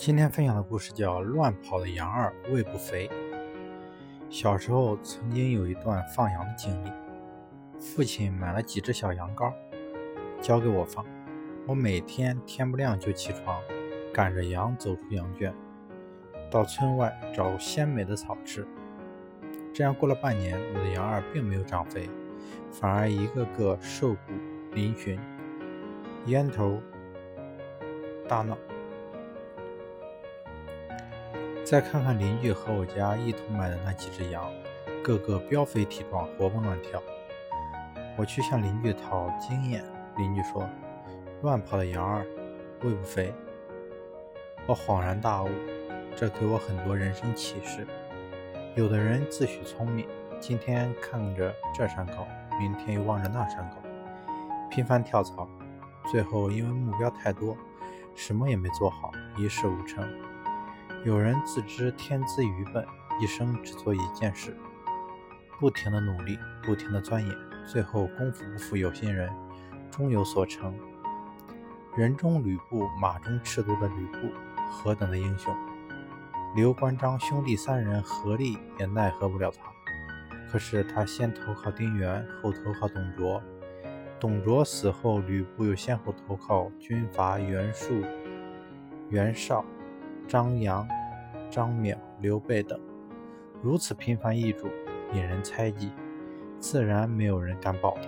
今天分享的故事叫乱跑的羊儿喂不肥。小时候曾经有一段放羊的经历，父亲买了几只小羊羔交给我放，我每天天不亮就起床，赶着羊走出羊圈，到村外找鲜美的草吃。这样过了半年，我的羊儿并没有长肥，反而一个个瘦骨嶙峋，烟头大脑。再看看邻居和我家一同买的那几只羊，个个膘肥体壮，活蹦乱跳。我去向邻居讨经验，邻居说乱跑的羊儿喂不肥。我恍然大悟，这给我很多人生启示。有的人自诩聪明，今天看着这山高，明天又望着那山高，频繁跳槽，最后因为目标太多，什么也没做好，一事无成。有人自知天资愚笨，一生只做一件事，不停的努力，不停的钻研，最后功夫不负有心人，终有所成。人中吕布，马中赤足的吕布，何等的英雄！刘关张兄弟三人合力也奈何不了他。可是他先投靠丁原，后投靠董卓。董卓死后，吕布又先后投靠军阀袁术、袁绍、张扬、张邈、刘备等，如此频繁易主，引人猜忌，自然没有人敢保他。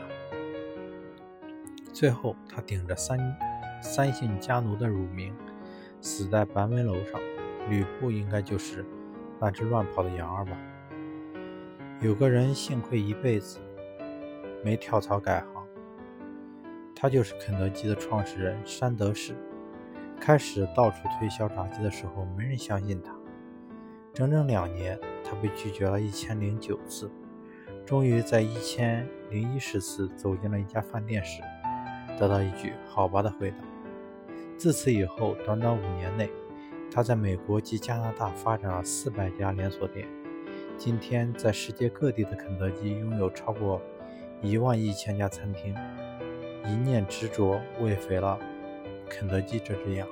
最后他顶着三姓家奴的辱名，死在板尾楼上。吕布应该就是那只乱跑的羊儿吧。有个人幸亏一辈子没跳槽改行，他就是肯德基的创始人山德士。开始到处推销炸鸡的时候，没人相信他，整整2年，他被拒绝了1009次，终于在1010次走进了一家饭店时，得到一句好吧的回答。自此以后，短短5年内，他在美国及加拿大发展了400家连锁店。今天在世界各地的肯德基拥有超过11000家餐厅，一念执着喂肥了肯德基这只羊。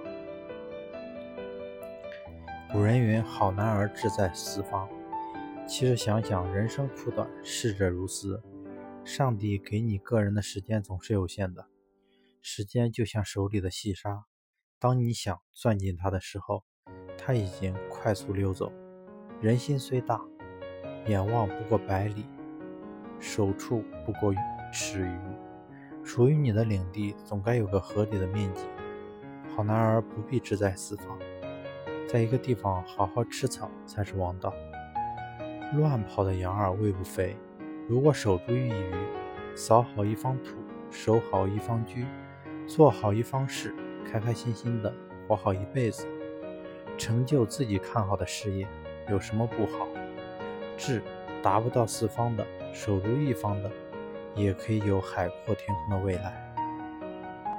古人云，好男儿志在四方。其实想想，人生苦短，逝者如斯。上帝给你个人的时间总是有限的，时间就像手里的细沙，当你想攥紧它的时候，它已经快速溜走。人心虽大，眼望不过百里，手触不过尺余。属于你的领地总该有个合理的面积。好男儿不必志在四方，在一个地方好好吃草才是王道。乱跑的羊儿喂不肥，如果守住一隅，扫好一方土，守好一方居，做好一方事，开开心心的活好一辈子，成就自己看好的事业，有什么不好？志达不到四方的，守住一方的，也可以有海阔天空的未来。